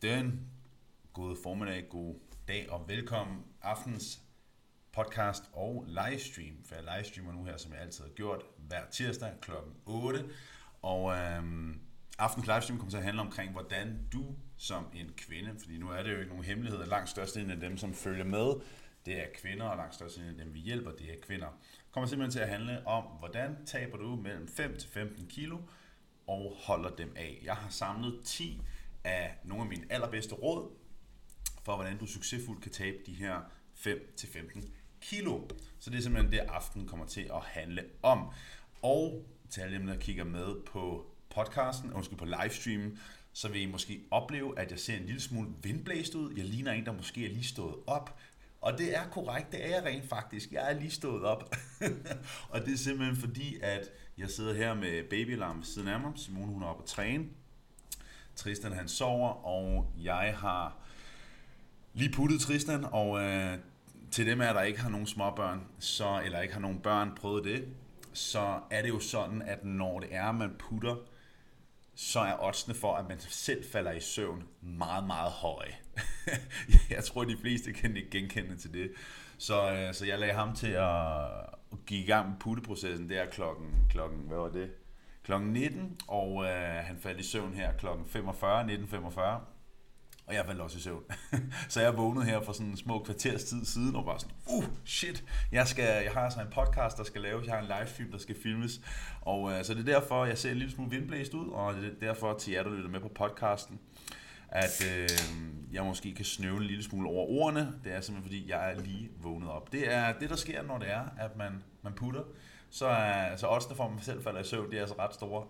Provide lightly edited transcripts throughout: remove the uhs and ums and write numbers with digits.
aften, god formiddag, god dag og velkommen aftens podcast og livestream. For jeg livestreamer nu her, som jeg altid har gjort, hver tirsdag kl. 8. Og aftens livestream kommer til at handle omkring, hvordan du som en kvinde, fordi nu er det jo ikke nogen hemmelighed, at langt størstedelen af dem, som følger med, det er kvinder, og langt størstedelen af dem, vi hjælper, det er kvinder. Kommer simpelthen til at handle om, hvordan taber du mellem 5 til 15 kilo og holder dem af. Jeg har samlet 10 af nogle af mine allerbedste råd for, hvordan du succesfuldt kan tabe de her 5 til 15 kilo. Så det er simpelthen det, aften kommer til at handle om. Og til alle dem, der kigger med på podcasten, på livestreamen, så vil I måske opleve, at jeg ser en lille smule vindblæst ud. Jeg ligner en, der måske er lige stået op. Og det er korrekt, det er jeg rent faktisk. Jeg er lige stået op. Og det er simpelthen fordi, at jeg sidder her med babyalarm ved siden af mig. Simone, hun er oppe at træne. Tristan, han sover, og jeg har lige puttet Tristan. Og til dem af der ikke har nogen småbørn, eller ikke har nogen børn prøvet det, så er det jo sådan, at når det er, man putter, så er oddsene for, at man selv falder i søvn meget, meget høje. Jeg tror, de fleste kan ikke genkende til det. Så jeg lagde ham til at give i gang med putteprocessen der klokken, hvad var det? Klokken 19, og han faldt i søvn her klokken 19.45. Og jeg faldt også i søvn. Så jeg vågnede her for sådan en små kvarters tid siden, og bare sådan, shit, jeg har altså en podcast, der skal laves, jeg har en livestream, der skal filmes. Og så det er derfor, jeg ser en lille smule vindblæst ud, og det er derfor til jer, der lytter med på podcasten, at jeg måske kan snøve en lille smule over ordene. Det er simpelthen fordi, jeg er lige vågnet op. Det er det, der sker, når det er, at man putter. Så oddsene for, at man selv falder i søvn, det er altså ret store.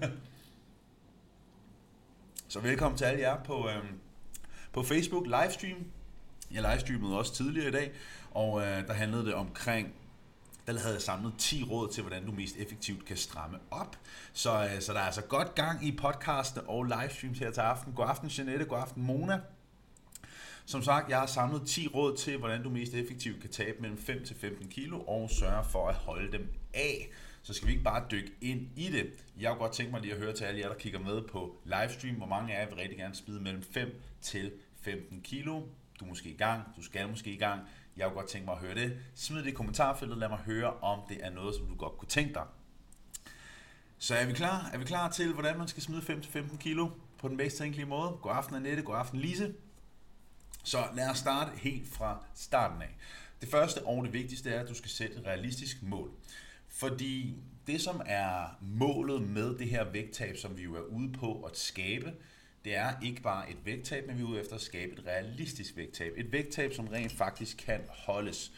Så velkommen til alle jer på Facebook livestream. Jeg livestreamede også tidligere i dag, og der handlede det omkring, der havde jeg samlet 10 råd til, hvordan du mest effektivt kan stramme op. Så der er altså godt gang i podcastene og livestreams her til aften. God aften Jeanette, god aften Mona. Som sagt, jeg har samlet 10 råd til, hvordan du mest effektivt kan tabe mellem 5 til 15 kilo og sørge for at holde dem af. Så skal vi ikke bare dykke ind i det. Jeg kunne godt tænke mig lige at høre til alle jer, der kigger med på livestream, hvor mange af jer vil rigtig gerne smide mellem 5 til 15 kilo. Du er måske i gang, du skal måske i gang. Jeg kunne godt tænke mig at høre det. Smid det i kommentarfeltet, lad mig høre, om det er noget, som du godt kunne tænke dig. Så er vi klar? Er vi klar til, hvordan man skal smide 5 til 15 kilo på den bedst tænkelige måde? God aften Annette, god aften Lise. Så lad os starte helt fra starten af. Det første og det vigtigste er, at du skal sætte et realistisk mål. Fordi det, som er målet med det her vægttab, som vi jo er ude på at skabe, det er ikke bare et vægttab, men vi er ude efter at skabe et realistisk vægttab. Et vægttab, som rent faktisk kan holdes.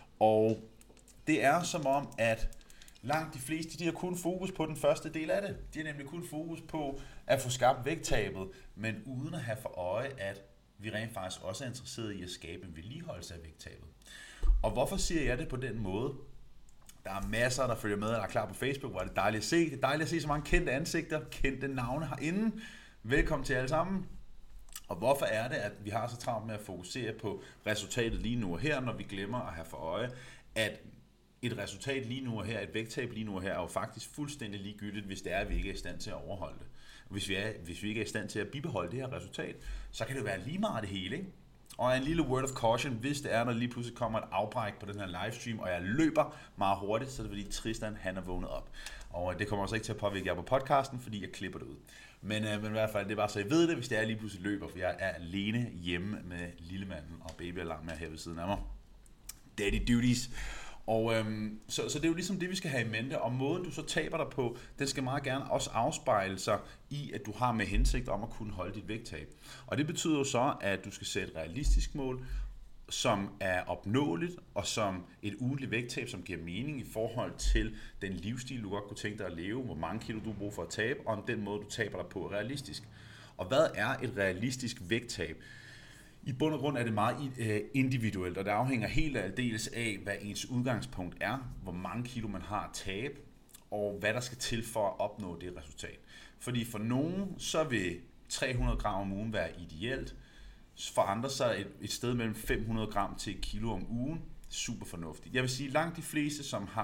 Og det er som om, at langt de fleste, de har kun fokus på den første del af det. De har nemlig kun fokus på at få skabt vægttabet, men uden at have for øje, at vi rent faktisk også er interesseret i at skabe en vedligeholdelse af vægttabet. Og hvorfor siger jeg det på den måde? Der er masser, der følger med, og der er klar på Facebook, hvor det er dejligt at se. Det er dejligt at se så mange kendte ansigter, kendte navne herinde. Velkommen til alle sammen. Og hvorfor er det, at vi har så travlt med at fokusere på resultatet lige nu og her, når vi glemmer at have for øje, at et resultat lige nu og her, et vægttab lige nu og her, er jo faktisk fuldstændig ligegyldigt, hvis det er, at vi ikke er i stand til at overholde det. Hvis vi ikke er i stand til at bibeholde det her resultat, så kan det være lige meget det hele, ikke? Og en lille word of caution, hvis det er, når lige pludselig kommer et afbræk på den her livestream, og jeg løber meget hurtigt, så er det fordi Tristan, han er vågnet op. Og det kommer også ikke til at påvirke jer på podcasten, fordi jeg klipper det ud. Men i hvert fald, det er bare så I ved det, hvis det er, lige pludselig løber, for jeg er alene hjemme med lillemanden og babyalarm her ved siden af mig. Daddy duties. Og så det er jo ligesom det, vi skal have i mente, og måden du så taber dig på, den skal meget gerne også afspejle sig i, at du har med hensigt om at kunne holde dit vægttab. Og det betyder jo så, at du skal sætte et realistisk mål, som er opnåeligt, og som et ugentligt vægttab, som giver mening i forhold til den livsstil, du godt kunne tænke dig at leve, hvor mange kilo du bruger for at tabe, og om den måde, du taber dig på er realistisk. Og hvad er et realistisk vægttab? I bund og grund er det meget individuelt, og det afhænger helt og aldeles af, hvad ens udgangspunkt er, hvor mange kilo man har at tabe, og hvad der skal til for at opnå det resultat. Fordi for nogen, så vil 300 gram om ugen være ideelt. For andre så er et sted mellem 500 gram til 1 kilo om ugen super fornuftigt. Jeg vil sige, langt de fleste,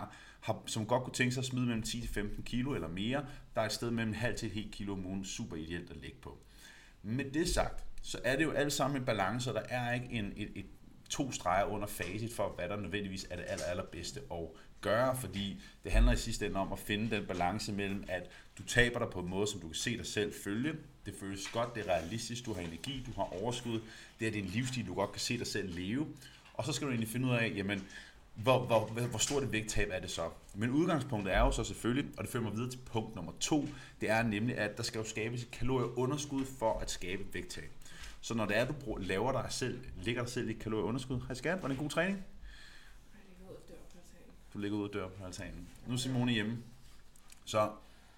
som godt kunne tænke sig at smide mellem 10 til 15 kilo eller mere, der er et sted mellem halv til et helt kilo om ugen super ideelt at lægge på. Med det sagt, så er det jo alt sammen en balance, og der er ikke et 2 streger under facit for, hvad der nødvendigvis er det allerbedste at gøre, fordi det handler i sidste ende om at finde den balance mellem, at du taber dig på en måde, som du kan se dig selv følge. Det føles godt, det er realistisk, du har energi, du har overskud, det er din livsstil, du godt kan se dig selv leve. Og så skal du egentlig finde ud af, jamen, hvor stort et vægttab er det så? Men udgangspunktet er jo så selvfølgelig, og det fører mig videre til punkt nummer 2, det er nemlig, at der skal jo skabes et kalorieunderskud for at skabe et vægttab. Så når det er, du ligger dig selv i et kalorieunderskud. Hej skat, var det en god træning? Jeg ligger ud og dør på altanen. Du ligger ud og dør på altanen. Nu er Simone hjemme. Så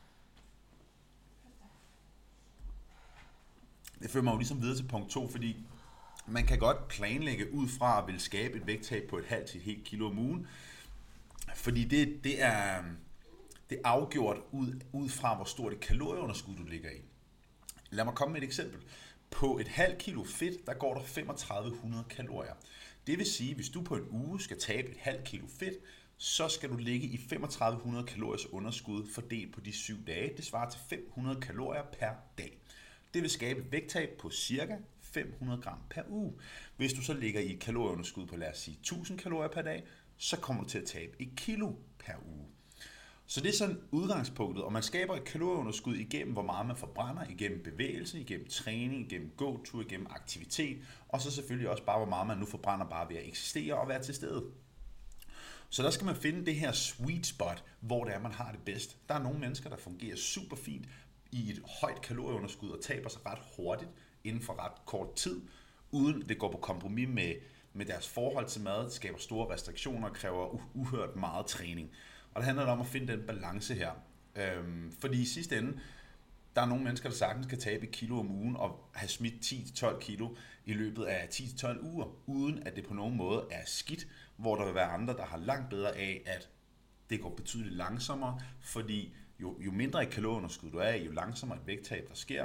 det fører mig jo ligesom videre til punkt 2, fordi man kan godt planlægge ud fra at ville skabe et vægttab på et halvt til et helt kilo om ugen. Fordi det er afgjort ud fra, hvor stort et kalorieunderskud du ligger i. Lad mig komme med et eksempel. På et halvt kilo fedt, der går der 3500 kalorier. Det vil sige, hvis du på en uge skal tabe et halvt kilo fedt, så skal du ligge i 3500 kaloriers underskud fordelt på de 7 dage. Det svarer til 500 kalorier per dag. Det vil skabe et vægttab på cirka 500 gram per uge. Hvis du så ligger i et kalorieunderskud på, lad os sige, 1000 kalorier per dag, så kommer du til at tabe 1 kilo per uge. Så det er sådan udgangspunktet, og man skaber et kalorieunderskud igennem, hvor meget man forbrænder, igennem bevægelse, igennem træning, igennem gåtur, igennem aktivitet, og så selvfølgelig også bare, hvor meget man nu forbrænder bare ved at eksistere og være til stede. Så der skal man finde det her sweet spot, hvor det er, man har det bedst. Der er nogle mennesker, der fungerer super fint i et højt kalorieunderskud og taber sig ret hurtigt inden for ret kort tid, uden det går på kompromis med deres forhold til mad, det skaber store restriktioner og kræver uhørt meget træning. Og det handler om at finde den balance her. Fordi i sidste ende, der er nogle mennesker, der sagtens kan tabe 1 kilo om ugen og have smidt 10-12 kilo i løbet af 10-12 uger, uden at det på nogen måde er skidt, hvor der vil være andre, der har langt bedre af, at det går betydeligt langsommere, fordi jo mindre et kalorieunderskud du er i, jo langsommere et vægttab der sker,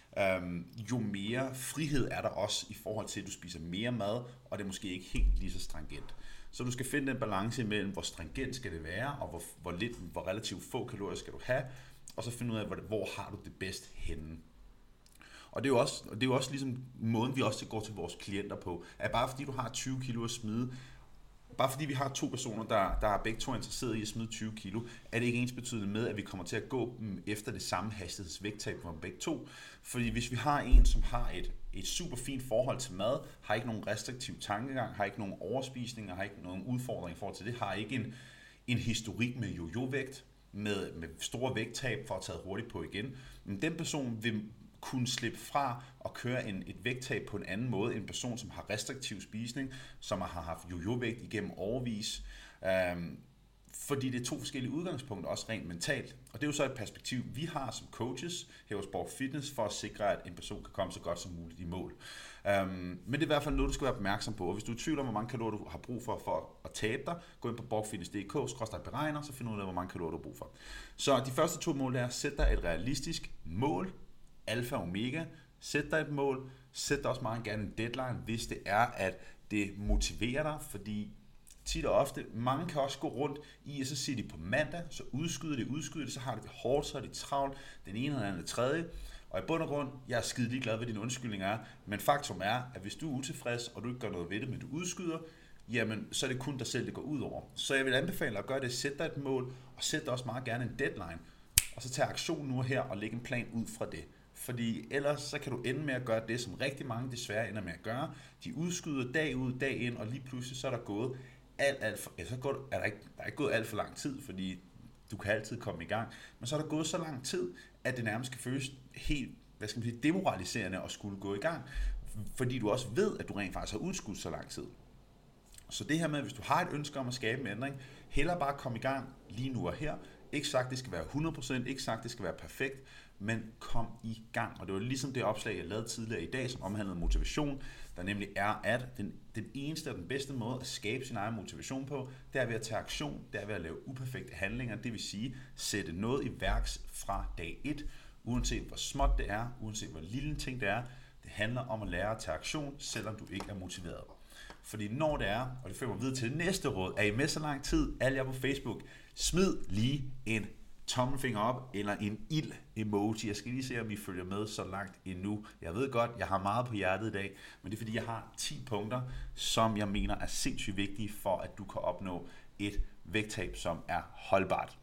jo mere frihed er der også i forhold til, at du spiser mere mad, og det er måske ikke helt lige så stringent. Så du skal finde den balance imellem, hvor stringent skal det være, og hvor relativt få kalorier skal du have, og så finde ud af, hvor har du det bedst henne. Og det er jo også ligesom måden, vi også går til vores klienter på, at bare fordi du har 20 kilo at smide, bare fordi vi har 2 personer, der er begge to interesseret i at smide 20 kilo, er det ikke ensbetydende med, at vi kommer til at gå efter det samme hastighedsvægttab for begge to. Fordi hvis vi har en, som har et super fint forhold til mad, har ikke nogen restriktiv tankegang, har ikke nogen overspisning, har ikke nogen udfordring i forhold til det, har ikke en historik med jojo-vægt, med store vægttab for at tage hurtigt på igen, men den person vil kunne slippe fra at køre et vægttab på en anden måde end en person, som har restriktiv spisning, som har haft jojo-vægt igennem årevis. Fordi det er 2 forskellige udgangspunkter, også rent mentalt. Og det er jo så et perspektiv, vi har som coaches her hos Borg Fitness, for at sikre, at en person kan komme så godt som muligt i mål. Men det er i hvert fald noget, du skal være opmærksom på. Og hvis du er i tvivl om, hvor mange kalorier du har brug for at tabe dig, gå ind på borgfitness.dk/beregner, så find ud af, hvor mange kalorier du har brug for. Så de første 2 mål er at sætte dig et realistisk mål, alfa og omega. Sæt dig et mål. Sæt dig også meget gerne en deadline, hvis det er, at det motiverer dig, fordi tit og ofte, mange kan også gå rundt i, og så siger de på mandag, så udskyder det, så har det hårdt, så er det travlt, den ene eller anden tredje. Og i bund og grund, jeg er skide ligeglad, hvad din undskyldning er, men faktum er, at hvis du er utilfreds, og du ikke gør noget ved det, men du udskyder, jamen så er det kun dig selv, det går ud over. Så jeg vil anbefale dig at gøre det, sæt dig et mål, og sæt dig også meget gerne en deadline, og så tag aktion nu her, og lægge en plan ud fra det. Fordi ellers så kan du ende med at gøre det, som rigtig mange desværre ender med at gøre. De udskyder dag ud, dag ind, og lige pludselig så er der gået der er ikke gået alt for lang tid, fordi du kan altid komme i gang, men så er der gået så lang tid, at det nærmest kan føles helt, demoraliserende at skulle gå i gang, fordi du også ved, at du rent faktisk har udskudt så lang tid. Så det her med, hvis du har et ønske om at skabe en ændring, hellere bare komme i gang lige nu og her. Ikke sagt, det skal være 100%, ikke sagt, det skal være perfekt, men kom i gang. Og det var ligesom det opslag, jeg lavede tidligere i dag, som omhandlede motivation, der nemlig er, at den eneste og den bedste måde at skabe sin egen motivation på, det er ved at tage aktion, det er ved at lave uperfekte handlinger, det vil sige sætte noget i værks fra dag 1, uanset hvor småt det er, uanset hvor lille en ting det er. Det handler om at lære at tage aktion, selvom du ikke er motiveret. Fordi når det er, og det fører mig videre til det næste råd, er I med så lang tid, alle jer på Facebook, smid lige en tommelfinger op eller en ild-emoji. Jeg skal lige se, om I følger med så langt endnu. Jeg ved godt, jeg har meget på hjertet i dag, men det er fordi, jeg har 10 punkter, som jeg mener er sindssygt vigtige for, at du kan opnå et vægttab, som er holdbart.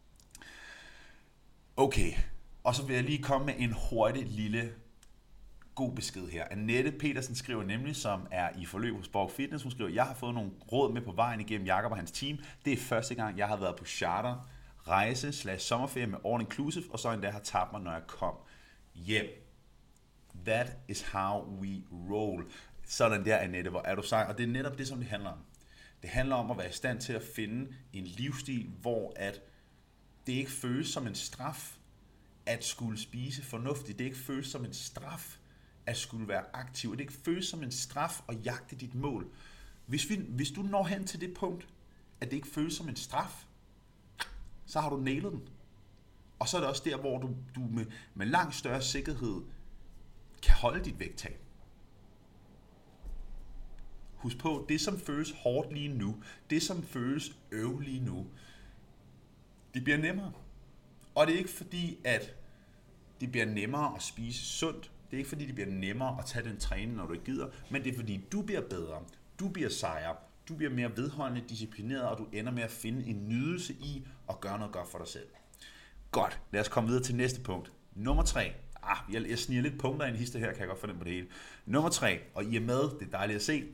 Okay, og så vil jeg lige komme med en hurtig lille god besked her. Annette Petersen skriver nemlig, som er i forløb hos Borg Fitness, hun skriver, jeg har fået nogle råd med på vejen igennem Jakob og hans team. Det er første gang, jeg har været på charter, rejse / sommerferie med all inclusive, og så endda har tabt mig, når jeg kom hjem. That is how we roll. Sådan der, Annette, hvor er du sej. Og det er netop det, som det handler om. Det handler om at være i stand til at finde en livsstil, hvor at det ikke føles som en straf at skulle spise fornuftigt. Det ikke føles som en straf at skulle være aktiv. Det ikke føles som en straf at jagte dit mål. Hvis du når hen til det punkt, at det ikke føles som en straf, så har du nailet den. Og så er det også der, hvor du med langt større sikkerhed kan holde dit vægttab. Husk på, det som føles hårdt lige nu, det som føles lige nu, det bliver nemmere. Og det er ikke fordi, at det bliver nemmere at spise sundt. Det er ikke fordi, det bliver nemmere at tage den træning, når du ikke gider. Men det er fordi, du bliver bedre. Du bliver sejere. Du bliver mere vedholdende, disciplineret, og du ender med at finde en nydelse i at gøre noget godt for dig selv. Godt, lad os komme videre til næste punkt. Nummer 3. Jeg sniger lidt punkter i en hister her, kan jeg godt fornemme på det hele. Nummer 3, og I er med, det er dejligt at se.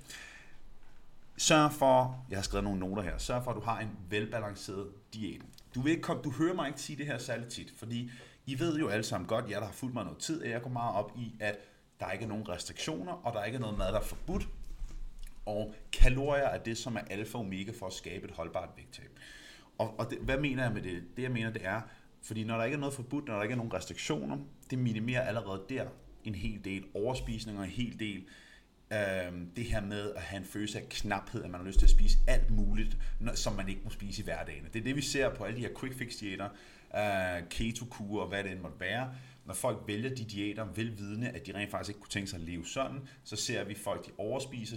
Sørg for, jeg har skrevet nogle noter her, sørg for, at du har en velbalanceret diæt. Du hører mig ikke sige det her særligt tit, fordi I ved jo alle sammen godt, jeg der har fulgt mig noget tid, at jeg går meget op i, at der ikke er nogen restriktioner, og der ikke er noget mad, der er forbudt. Og kalorier er det, som er alfa og omega for at skabe et holdbart vægttab. Og det, hvad mener jeg med det? Det jeg mener, det er, fordi når der ikke er noget forbudt, når der ikke er nogen restriktioner, det minimerer allerede der en hel del overspisning og en hel del det her med at have en følelse af knaphed, at man har lyst til at spise alt muligt, som man ikke må spise i hverdagen. Det er det, vi ser på alle de her quick fix diæter, keto-kurer og hvad det end måtte være. Når folk vælger de diæter, velvidende, at de rent faktisk ikke kunne tænke sig at leve sådan, så ser vi folk, de overspiser,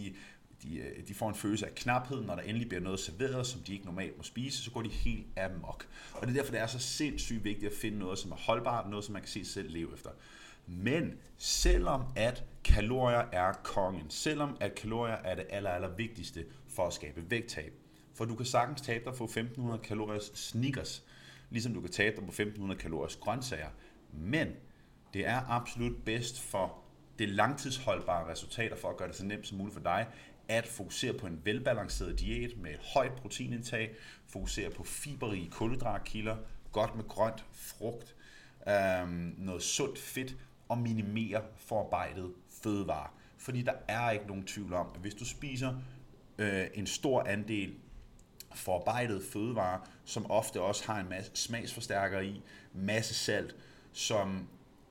de får en følelse af knaphed, når der endelig bliver noget serveret, som de ikke normalt må spise, så går de helt amok. Og det er derfor, det er så sindssygt vigtigt at finde noget, som er holdbart, noget, som man kan se sig selv leve efter. Men selvom at kalorier er kongen, selvom at kalorier er det aller vigtigste for at skabe vægttab, for du kan sagtens tabe dig på 1500 kaloriers Snickers, ligesom du kan tabe dig på 1500 kaloriers grøntsager, men det er absolut bedst for det langtidsholdbare resultater, for at gøre det så nemt som muligt for dig, at fokusere på en velbalanceret diæt med et højt proteinindtag, fokusere på fiberrige kulhydratkilder, godt med grønt, frugt, noget sundt fedt og minimere forarbejdet fødevarer. Fordi der er ikke nogen tvivl om, at hvis du spiser en stor andel forarbejdet fødevarer, som ofte også har en masse smagsforstærkere i, masse salt, som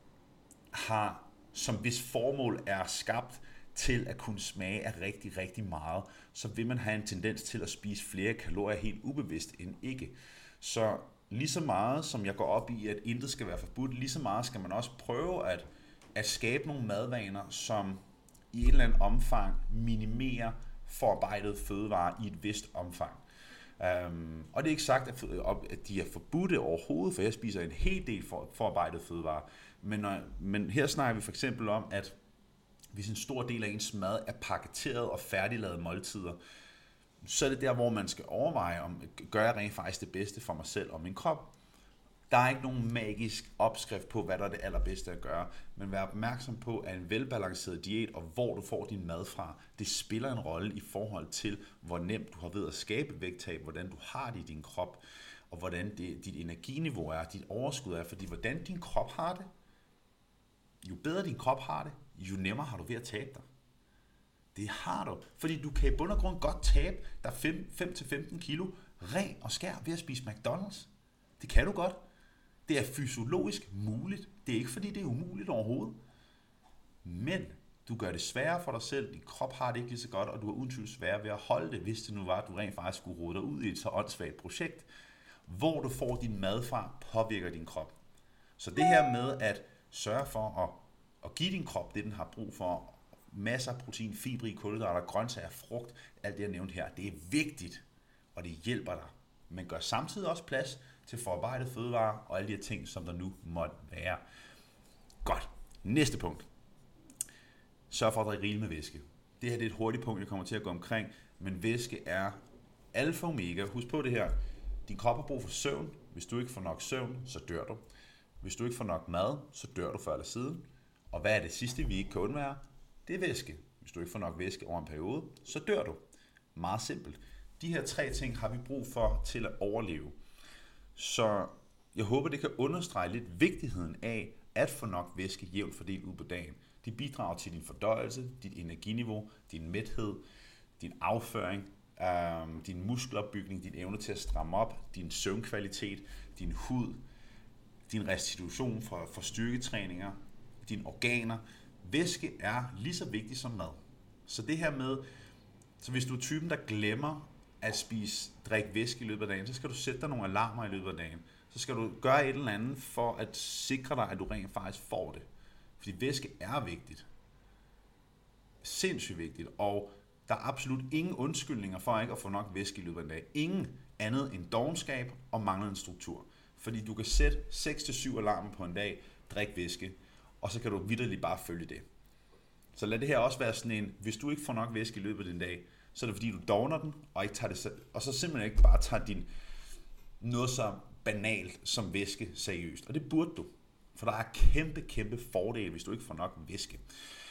hvis formål er skabt til at kunne smage af rigtig meget, så vil man have en tendens til at spise flere kalorier helt ubevidst end ikke. Så lige så meget som jeg går op i, at intet skal være forbudt, lige så meget skal man også prøve at skabe nogle madvaner, som i et eller andet omfang minimerer forarbejdet fødevarer i et vist omfang. Og det er ikke sagt, at de er forbudte overhovedet, for jeg spiser en hel del forarbejdet fødevarer. Men her snakker vi for eksempel om, at hvis en stor del af ens mad er paketeret og færdiglavede måltider, så er det der, hvor man skal overveje, om gør jeg rent faktisk det bedste for mig selv og min krop. Der er ikke nogen magisk opskrift på, hvad der er det allerbedste at gøre, men vær opmærksom på, at en velbalanceret diæt og hvor du får din mad fra, det spiller en rolle i forhold til, hvor nemt du har ved at skabe vægttab, hvordan du har det i din krop, og hvordan dit energiniveau er, dit overskud er, fordi hvordan din krop har det, jo bedre din krop har det, jo nemmere har du ved at tabe dig. Det har du, fordi du kan i bund og grund godt tabe dig 5-15 kilo ren og skær ved at spise McDonald's. Det kan du godt. Det er fysiologisk muligt. Det er ikke fordi, det er umuligt overhovedet. Men du gør det sværere for dig selv. Din krop har det ikke lige så godt, og du har uden tvivl sværere ved at holde det, hvis det nu var, at du rent faktisk skulle rode dig ud i et så åndssvagt projekt. Hvor du får din mad fra, påvirker din krop. Så det her med at sørge for at give din krop det, den har brug for, masser af protein, fibre, kulhydrater, grøntsager, frugt, alt det jeg nævnte her, det er vigtigt, og det hjælper dig. Men gør samtidig også plads til forarbejdet fødevarer og alle de her ting, som der nu måtte være. Godt. Næste punkt. Sørg for at drikke rigeligt med væske. Det her det er et hurtigt punkt, jeg kommer til at gå omkring, men væske er alfa og omega. Husk på det her. Din krop har brug for søvn. Hvis du ikke får nok søvn, så dør du. Hvis du ikke får nok mad, så dør du før eller siden. Og hvad er det sidste, vi ikke kan undvære? Det er væske. Hvis du ikke får nok væske over en periode, så dør du. Meget simpelt. De her 3 ting har vi brug for til at overleve. Så jeg håber, det kan understrege lidt vigtigheden af at få nok væske jævnt fordelt ud på dagen. De bidrager til din fordøjelse, dit energiniveau, din mæthed, din afføring, din muskelopbygning, din evne til at stramme op, din søvnkvalitet, din hud, din restitution for styrketræninger, dine organer. Væske er lige så vigtigt som mad. Så det her med, så hvis du er typen, der glemmer at drikke væske i løbet af dagen, så skal du sætte dig nogle alarmer i løbet af dagen. Så skal du gøre et eller andet for at sikre dig, at du rent faktisk får det. Fordi væske er vigtigt. Sindssygt vigtigt. Og der er absolut ingen undskyldninger for ikke at få nok væske i løbet af en dag. Ingen andet end dovenskab og manglende struktur. Fordi du kan sætte 6-7 alarmer på en dag, drik væske, og så kan du vitterligt bare følge det. Så lad det her også være sådan en, hvis du ikke får nok væske i løbet af din dag, så er det fordi du dovner den, og ikke tager det, og så simpelthen ikke bare tager noget så banalt som væske seriøst. Og det burde du. For der er kæmpe fordele, hvis du ikke får nok væske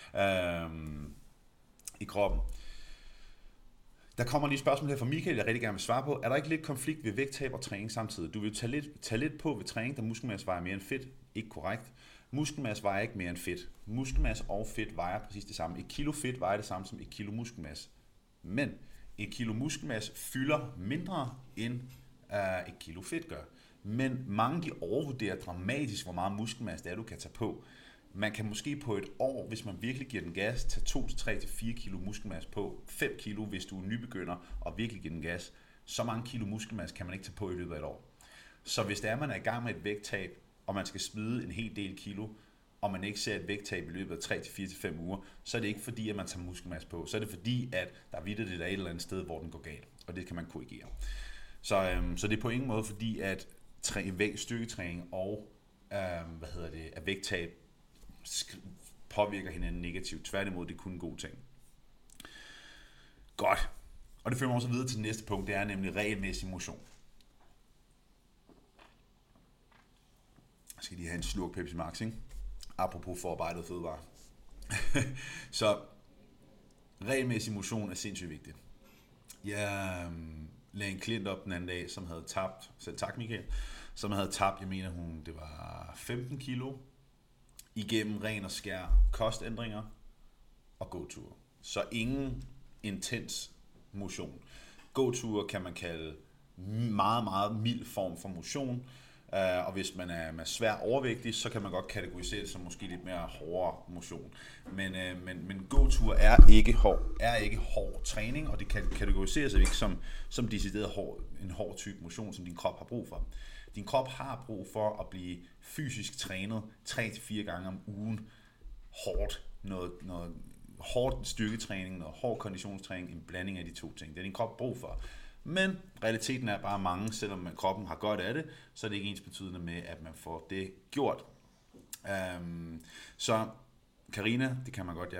i kroppen. Der kommer lige et spørgsmål her fra Michael, jeg rigtig gerne vil svare på. Er der ikke lidt konflikt ved vægttab og træning samtidig? Du vil tage lidt på ved træning, da muskelmasse vejer mere end fedt. Ikke korrekt. Muskelmasse vejer ikke mere end fedt. Muskelmasse og fedt vejer præcis det samme. 1 kilo fedt vejer det samme som 1 kilo muskelmasse. Men 1 kilo muskelmasse fylder mindre end 1 kilo fedt gør. Men mange de overvurderer dramatisk, hvor meget muskelmasse det er, du kan tage på. Man kan måske på et år, hvis man virkelig giver den gas, tage 2-3-4 kilo muskelmasse på. 5 kilo, hvis du er nybegynder og virkelig giver den gas. Så mange kilo muskelmasse kan man ikke tage på i løbet af et år. Så hvis det er, man er i gang med et vægttab, og man skal smide en hel del kilo, og man ikke ser et vægttab i løbet af 3-4-5 uger, så er det ikke fordi, at man tager muskelmasse på. Så er det fordi, at der er vitterligt et eller andet sted, hvor den går galt. Og det kan man korrigere. Så det er på ingen måde fordi, at styrketræning og at vægttab påvirker hinanden negativt. Tværtimod, det er kun en god ting. Godt. Og det fører mig også videre til næste punkt, det er nemlig regelmæssig motion. Jeg skal lige have en slurk Pepsi Max, ikke? Apropos forarbejdet fødevarer. Så regelmæssig motion er sindssygt vigtigt. Jeg lagde en klient op den anden dag, som havde tabt, selv tak Michael, som havde tabt, jeg mener det var 15 kilo, igennem ren og skær kostændringer og gåture. Så ingen intens motion. Gåture kan man kalde meget mild form for motion, og hvis man er svær overvægtig, så kan man godt kategorisere det som måske lidt mere hårdere motion. Men gåtur er ikke hård træning, og det kan kategoriseres ikke som decideret en hård type motion, som din krop har brug for. Din krop har brug for at blive fysisk trænet 3-4 gange om ugen hårdt. Noget hårdt styrketræning, noget hård konditionstræning, en blanding af de 2 ting. Det er din krop brug for. Men realiteten er bare mange, selvom kroppen har godt af det, så er det ikke ens betydende med, at man får det gjort. Så Karina, det kan man godt, ja.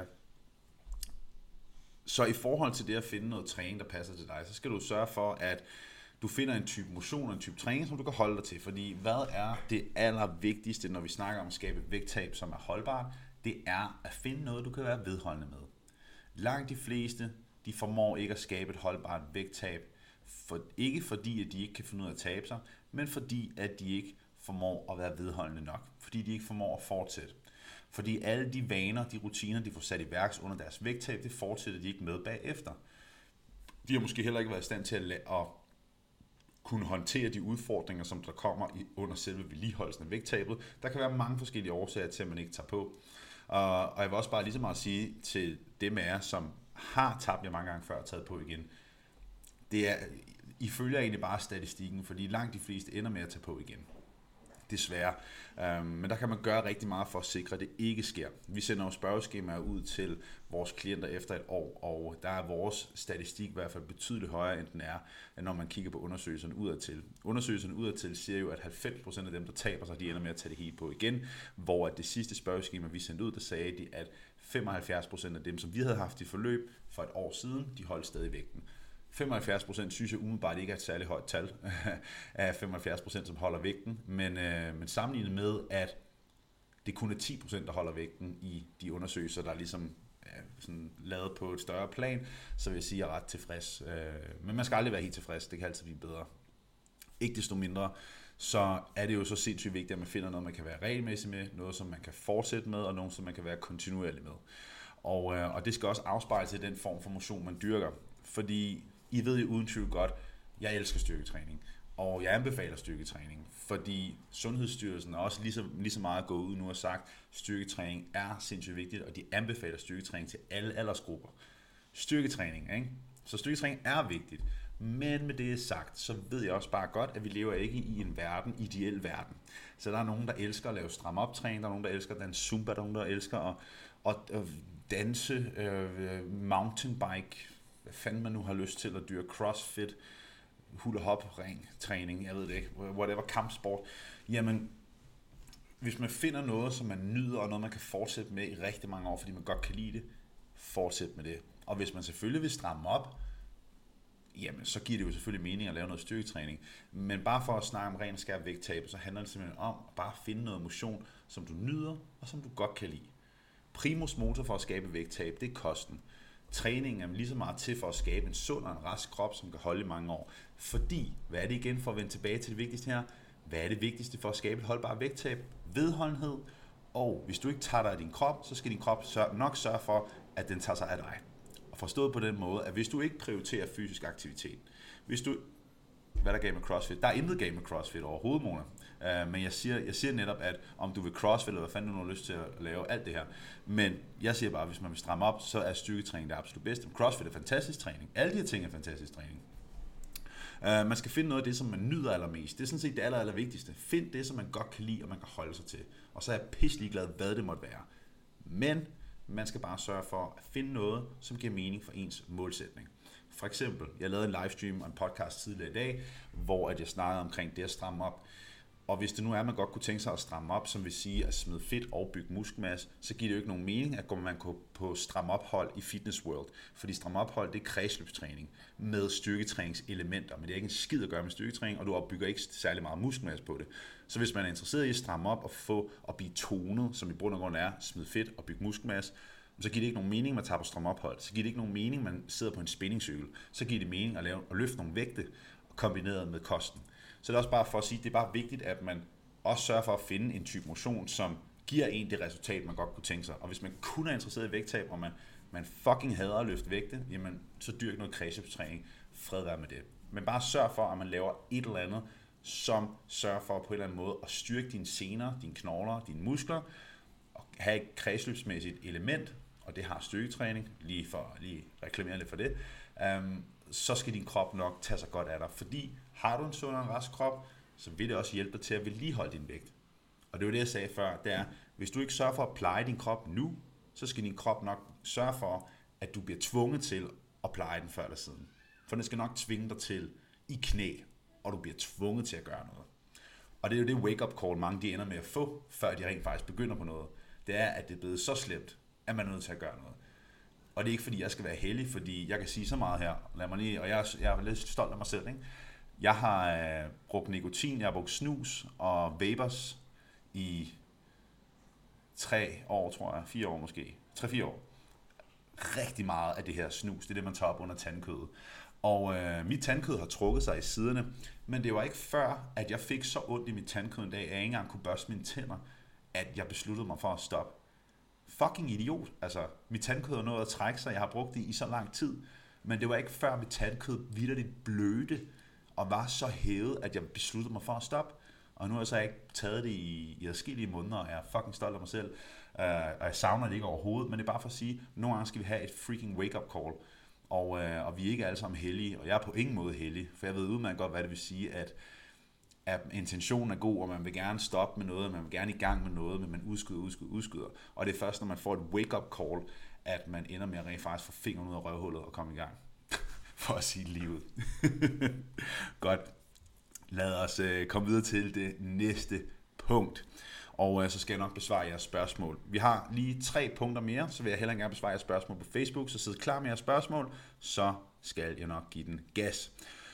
Så i forhold til det at finde noget træning, der passer til dig, så skal du sørge for, at du finder en type motion og en type træning, som du kan holde dig til. Fordi hvad er det allervigtigste, når vi snakker om at skabe vægttab, som er holdbart? Det er at finde noget, du kan være vedholdende med. Langt de fleste, de formår ikke at skabe et holdbart vægttab. Ikke fordi, at de ikke kan finde ud af at tabe sig, men fordi, at de ikke formår at være vedholdende nok. Fordi de ikke formår at fortsætte. Fordi alle de vaner, de rutiner, de får sat i værks under deres vægttab, det fortsætter de ikke med bagefter. De har måske heller ikke været i stand til at kunne håndtere de udfordringer, som der kommer under selve vedligeholdelsen af vægttabet. Der kan være mange forskellige årsager til, at man ikke tager på. Og jeg vil også bare lige så meget sige til dem af jer, som har tabt jer mange gange før og taget på igen, I følger egentlig bare statistikken, fordi langt de fleste ender med at tage på igen. desværre. Men der kan man gøre rigtig meget for at sikre, at det ikke sker. Vi sender jo spørgeskemaer ud til vores klienter efter et år, og der er vores statistik i hvert fald betydeligt højere, end den er, når man kigger på undersøgelserne udadtil. Undersøgelserne udadtil siger jo, at 90% af dem, der taber sig, de ender med at tage det helt på igen, hvor at det sidste spørgeskema, vi sendte ud, der sagde de, at 75% af dem, som vi havde haft i forløb for et år siden, de holdt stadig vægten. 75% synes jeg umiddelbart ikke er et særligt højt tal af 75%, som holder vægten, men sammenlignet med, at det kun er 10%, der holder vægten i de undersøgelser, der er ligesom sådan lavet på et større plan, så vil jeg sige, at jeg er ret tilfreds. Men man skal aldrig være helt tilfreds, det kan altid blive bedre. Ikke desto mindre, så er det jo så sindssygt vigtigt, at man finder noget, man kan være regelmæssig med, noget, som man kan fortsætte med, og noget, som man kan være kontinuerlig med. Og det skal også afspejle sig i den form for motion, man dyrker. Fordi I ved jo uden tvivl godt, jeg elsker styrketræning, og jeg anbefaler styrketræning, fordi Sundhedsstyrelsen er også lige så meget gået ud nu og sagt, at styrketræning er sindssygt vigtigt, og de anbefaler styrketræning til alle aldersgrupper. Styrketræning, ikke? Så styrketræning er vigtigt, men med det sagt, så ved jeg også bare godt, at vi lever ikke i en ideel verden. Så der er nogen, der elsker at lave stram optræning, der er nogen, der elsker at danse zumba, der er nogen, der elsker at danse mountainbike, hvad fanden man nu har lyst til at dyrke, crossfit, hula hop, ring, træning, jeg ved det ikke, whatever, kampsport. Jamen, hvis man finder noget, som man nyder, og noget, man kan fortsætte med i rigtig mange år, fordi man godt kan lide det, fortsæt med det. Og hvis man selvfølgelig vil stramme op, jamen, så giver det jo selvfølgelig mening at lave noget styrketræning. Men bare for at snakke om ren og skær vægttab, så handler det simpelthen om at bare finde noget motion, som du nyder, og som du godt kan lide. Primus motor for at skabe vægttab, det er kosten. Træningen er lige så meget til for at skabe en sund og en rask krop, som kan holde i mange år. Fordi, hvad er det igen for at vende tilbage til det vigtigste her? Hvad er det vigtigste for at skabe et holdbart vægttab? Vedholdenhed. Og hvis du ikke tager dig af din krop, så skal din krop nok sørge for, at den tager sig af dig. Og forstået på den måde, at hvis du ikke prioriterer fysisk aktivitet, hvis du, hvad der gav med CrossFit? Der er intet gav med CrossFit overhovedet, Mona. Men jeg siger netop, at om du vil CrossFit, eller hvad fanden du har lyst til at lave, alt det her. Men jeg siger bare, at hvis man vil stramme op, så er styrketræning det absolut bedste. CrossFit er fantastisk træning. Alle de her ting er fantastisk træning. Man skal finde noget af det, som man nyder allermest. Det er sådan set det aller vigtigste. Find det, som man godt kan lide, og man kan holde sig til. Og så er jeg pisselig glad, hvad det måtte være. Men man skal bare sørge for at finde noget, som giver mening for ens målsætning. For eksempel, jeg lavede en livestream og en podcast tidligere i dag, hvor jeg snakkede omkring det at stramme op. Og hvis det nu er, at man godt kunne tænke sig at stramme op, som vil sige at smide fedt og bygge muskelmasse, så giver det jo ikke nogen mening, at man går på stram ophold i Fitness World. Fordi stram ophold, det er kredsløbstræning med styrketræningselementer, men det er ikke en skid at gøre med styrketræning, og du opbygger ikke særlig meget muskelmasse på det. Så hvis man er interesseret i at stramme op og blive tonet, som i bund og grund er smide fedt og bygge muskelmasse, så giver det ikke nogen mening, at man tager på stram ophold. Så giver det ikke nogen mening, at man sidder på en spændingscykel. Så giver det mening at løfte nogle vægte kombineret med kosten. Så det er også bare for at sige, at det er bare vigtigt, at man også sørger for at finde en type motion, som giver en det resultat, man godt kunne tænke sig. Og hvis man kun er interesseret i vægttab, og man fucking hader at løfte vægte, jamen så dyrk noget kredsløbstræning. Fred være med det. Men bare sørg for, at man laver et eller andet, som sørger for på en eller anden måde at styrke dine sener, dine knogler, dine muskler, og have et kredsløbsmæssigt element, og det har styrketræning, lige reklamere lidt for det, så skal din krop nok tage sig godt af dig. Fordi har du en sund og en rask krop, så vil det også hjælpe dig til at vedligeholde din vægt. Og det var det, jeg sagde før, det er, hvis du ikke sørger for at pleje din krop nu, så skal din krop nok sørge for, at du bliver tvunget til at pleje den før eller siden. For den skal nok tvinge dig til i knæ, og du bliver tvunget til at gøre noget. Og det er jo det wake-up call, mange de ender med at få, før de rent faktisk begynder på noget. Det er, at det er blevet så slemt, at man er nødt til at gøre noget. Og det er ikke fordi, jeg skal være heldig, fordi jeg kan sige så meget her. Lad mig lige, og jeg er lidt stolt af mig selv. Ikke? Jeg har brugt nikotin, jeg har brugt snus og vapors i 3 år, tror jeg. 4 år måske. 3-4 år. Rigtig meget af det her snus, det er det, man tager op under tandkødet. Og mit tandkød har trukket sig i siderne, men det var ikke før, at jeg fik så ondt i mit tandkød en dag, at jeg ikke engang kunne børste mine tænder, at jeg besluttede mig for at stoppe. Fucking idiot. Altså, mit tandkød er nået at trække sig. Jeg har brugt det i så lang tid. Men det var ikke før mit tandkød vitterligt blødte og var så hævet, at jeg besluttede mig for at stoppe. Og nu har jeg så ikke taget det i adskillige måneder, og jeg er fucking stolt af mig selv. Og jeg savner det ikke overhovedet, men det er bare for at sige, at nogle gange skal vi have et freaking wake-up call. Og vi er ikke alle sammen heldige, og jeg er på ingen måde heldig, for jeg ved udmærket godt, hvad det vil sige, at at intentionen er god, og man vil gerne stoppe med noget, man vil gerne i gang med noget, men man udskyder. Og det er først, når man får et wake-up call, at man ender med at rent faktisk få fingeren ud af røvhullet og komme i gang. For at sige livet. Godt. Lad os komme videre til det næste punkt. Og så skal jeg nok besvare jeres spørgsmål. Vi har lige 3 punkter mere, så vil jeg hellere gerne besvare jeres spørgsmål på Facebook, så sid klar med jeres spørgsmål, så skal jeg nok give den gas.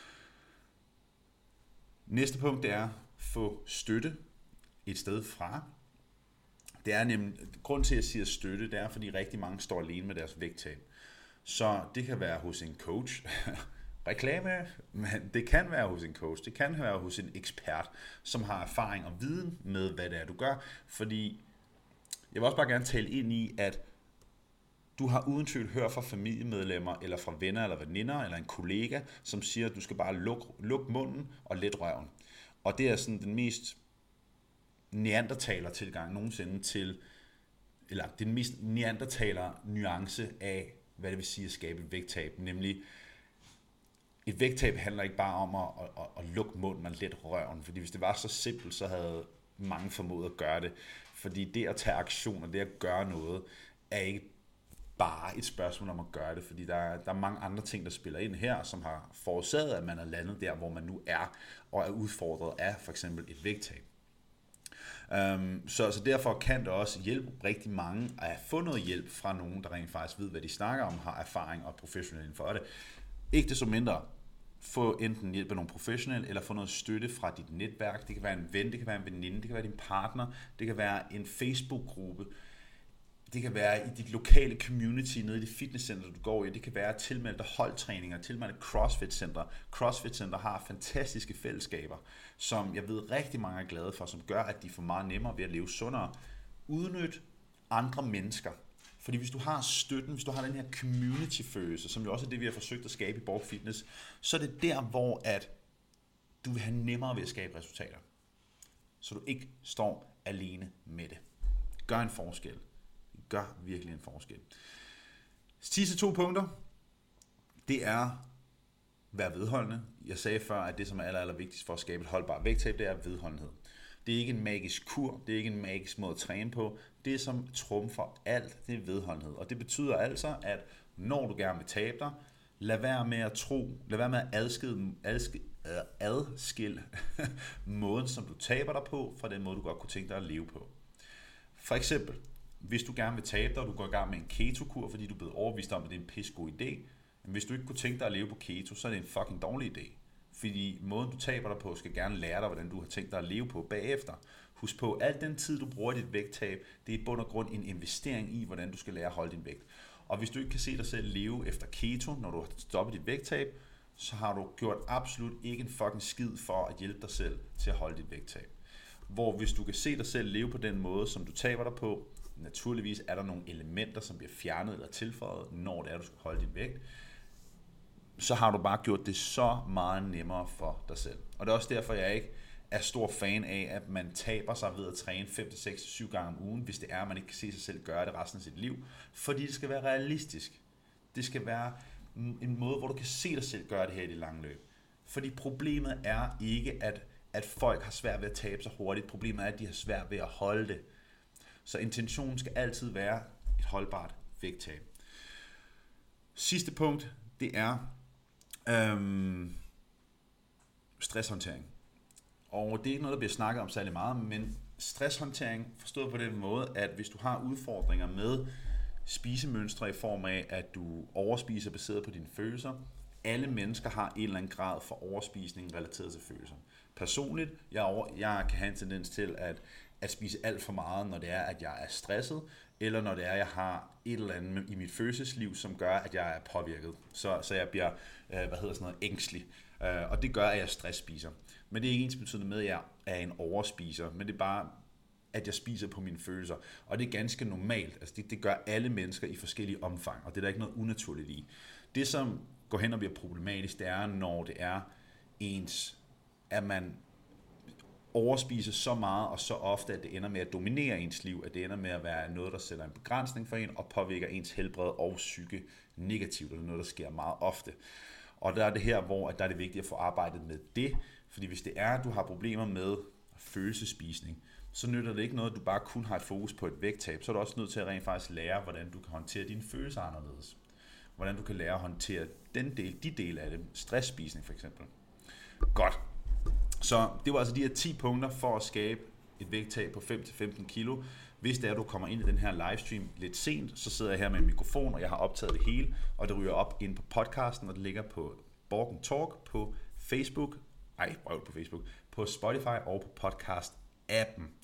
Næste punkt er få støtte et sted fra. Det er nemlig, grund til at jeg siger støtte, det er fordi rigtig mange står alene med deres vægttab. Så det kan være hos en coach, reklame, men det kan være hos en coach, det kan være hos en ekspert, som har erfaring og viden med, hvad det er, du gør. Fordi jeg vil også bare gerne tale ind i, at du har uden tvivl hørt fra familiemedlemmer, eller fra venner eller veninder, eller en kollega, som siger, at du skal bare lukke munden og let røven. Og det er sådan den mest neandertaler-tilgang nogensinde til, eller den mest neandertaler-nuance af, hvad det vil sige at skabe et vægttab. Nemlig, et vægttab handler ikke bare om at lukke munden og let røven, fordi hvis det var så simpelt, så havde mange formået at gøre det. Fordi det at tage aktion og det at gøre noget, er ikke bare et spørgsmål om at gøre det, fordi der er mange andre ting, der spiller ind her, som har forårsaget, at man er landet der, hvor man nu er, og er udfordret af for eksempel et vægttab. Så derfor kan det også hjælpe rigtig mange at få noget hjælp fra nogen, der rent faktisk ved, hvad de snakker om, har erfaring og er professionelle inden for det. Ikke desto mindre, få enten hjælp af nogle professionelle, eller få noget støtte fra dit netværk. Det kan være en ven, det kan være en veninde, det kan være din partner, det kan være en Facebook-gruppe, det kan være i dit lokale community, nede i det fitnesscenter, du går i. Det kan være at tilmelde dig holdtræninger, tilmelde CrossFit-center. CrossFit-center har fantastiske fællesskaber, som jeg ved rigtig mange er glade for, som gør, at de får meget nemmere ved at leve sundere. Udnyt andre mennesker. Fordi hvis du har støtten, hvis du har den her community-følelse, som jo også er det, vi har forsøgt at skabe i Borg Fitness, så er det der, hvor at du vil have nemmere ved at skabe resultater. Så du ikke står alene med det. Gør en forskel. Gør virkelig en forskel. Sidste 2 punkter, det er være vedholdende. Jeg sagde før, at det, som er aller vigtigst for at skabe et holdbart vægttab, det er vedholdenhed. Det er ikke en magisk kur, det er ikke en magisk måde at træne på. Det, som trumfer alt, det er vedholdenhed. Og det betyder altså, at når du gerne vil tabe dig, lad være med at adskille måden, som du taber dig på, fra den måde, du godt kunne tænke dig at leve på. For eksempel, hvis du gerne vil tabe dig, og du går i gang med en keto-kur, fordi du er blevet overbevist om, at det er en pissegod idé, men hvis du ikke kunne tænke dig at leve på keto, så er det en fucking dårlig idé. Fordi måden, du taber dig på, skal gerne lære dig, hvordan du har tænkt dig at leve på bagefter. Husk på, al den tid, du bruger dit vægttab, det er i bund og grund en investering i, hvordan du skal lære at holde din vægt. Og hvis du ikke kan se dig selv leve efter keto, når du har stoppet dit vægttab, så har du gjort absolut ikke en fucking skid for at hjælpe dig selv til at holde dit vægttab. Hvor hvis du kan se dig selv leve på den måde, som du taber dig på, naturligvis er der nogle elementer, som bliver fjernet eller tilføjet, når det er, du skal holde din vægt, så har du bare gjort det så meget nemmere for dig selv. Og det er også derfor, jeg ikke er stor fan af, at man taber sig ved at træne 5 til 6 til 7 gange om ugen, hvis det er, at man ikke kan se sig selv gøre det resten af sit liv. Fordi det skal være realistisk. Det skal være en måde, hvor du kan se dig selv gøre det her i det lange løb. Fordi problemet er ikke, at folk har svært ved at tabe sig hurtigt. Problemet er, at de har svært ved at holde det. Så intentionen skal altid være et holdbart vægttab. Sidste punkt, det er stresshåndtering. Og det er ikke noget, der bliver snakket om særlig meget, men stresshåndtering forstået på den måde, at hvis du har udfordringer med spisemønstre i form af, at du overspiser baseret på dine følelser, alle mennesker har en eller anden grad for overspisning relateret til følelser. Personligt, jeg kan have en tendens til at spise alt for meget, når det er, at jeg er stresset, eller når det er, at jeg har et eller andet i mit følelsesliv, som gør, at jeg er påvirket. Så jeg bliver, ængstelig. Og det gør, at jeg stressspiser. Men det er ikke ens betydende med, at jeg er en overspiser, men det er bare, at jeg spiser på mine følelser. Og det er ganske normalt. Altså det gør alle mennesker i forskellige omfang, og det er der ikke noget unaturligt i. Det, som går hen og bliver problematisk, det er, når det er at man overspiser så meget og så ofte, at det ender med at dominere ens liv, at det ender med at være noget, der sætter en begrænsning for en og påvirker ens helbred og psyke negativt, og det er noget, der sker meget ofte. Og der er det her, hvor der er det vigtigt at få arbejdet med det, Fordi hvis det er, at du har problemer med følelsespisning, så nytter det ikke noget, at du bare kun har et fokus på et vægttab. Så er du også nødt til at rent faktisk lære, hvordan du kan håndtere dine følelser anderledes. Hvordan du kan lære at håndtere de dele af det. Stressspisning for eksempel. Godt. Så det var altså de her 10 punkter for at skabe et vægttab på 5-15 kilo. Hvis det er, at du kommer ind i den her livestream lidt sent, så sidder jeg her med en mikrofon, og jeg har optaget det hele, og det ryger op ind på podcasten, og det ligger på Borgen Talk på Facebook, på Spotify og på podcast-appen.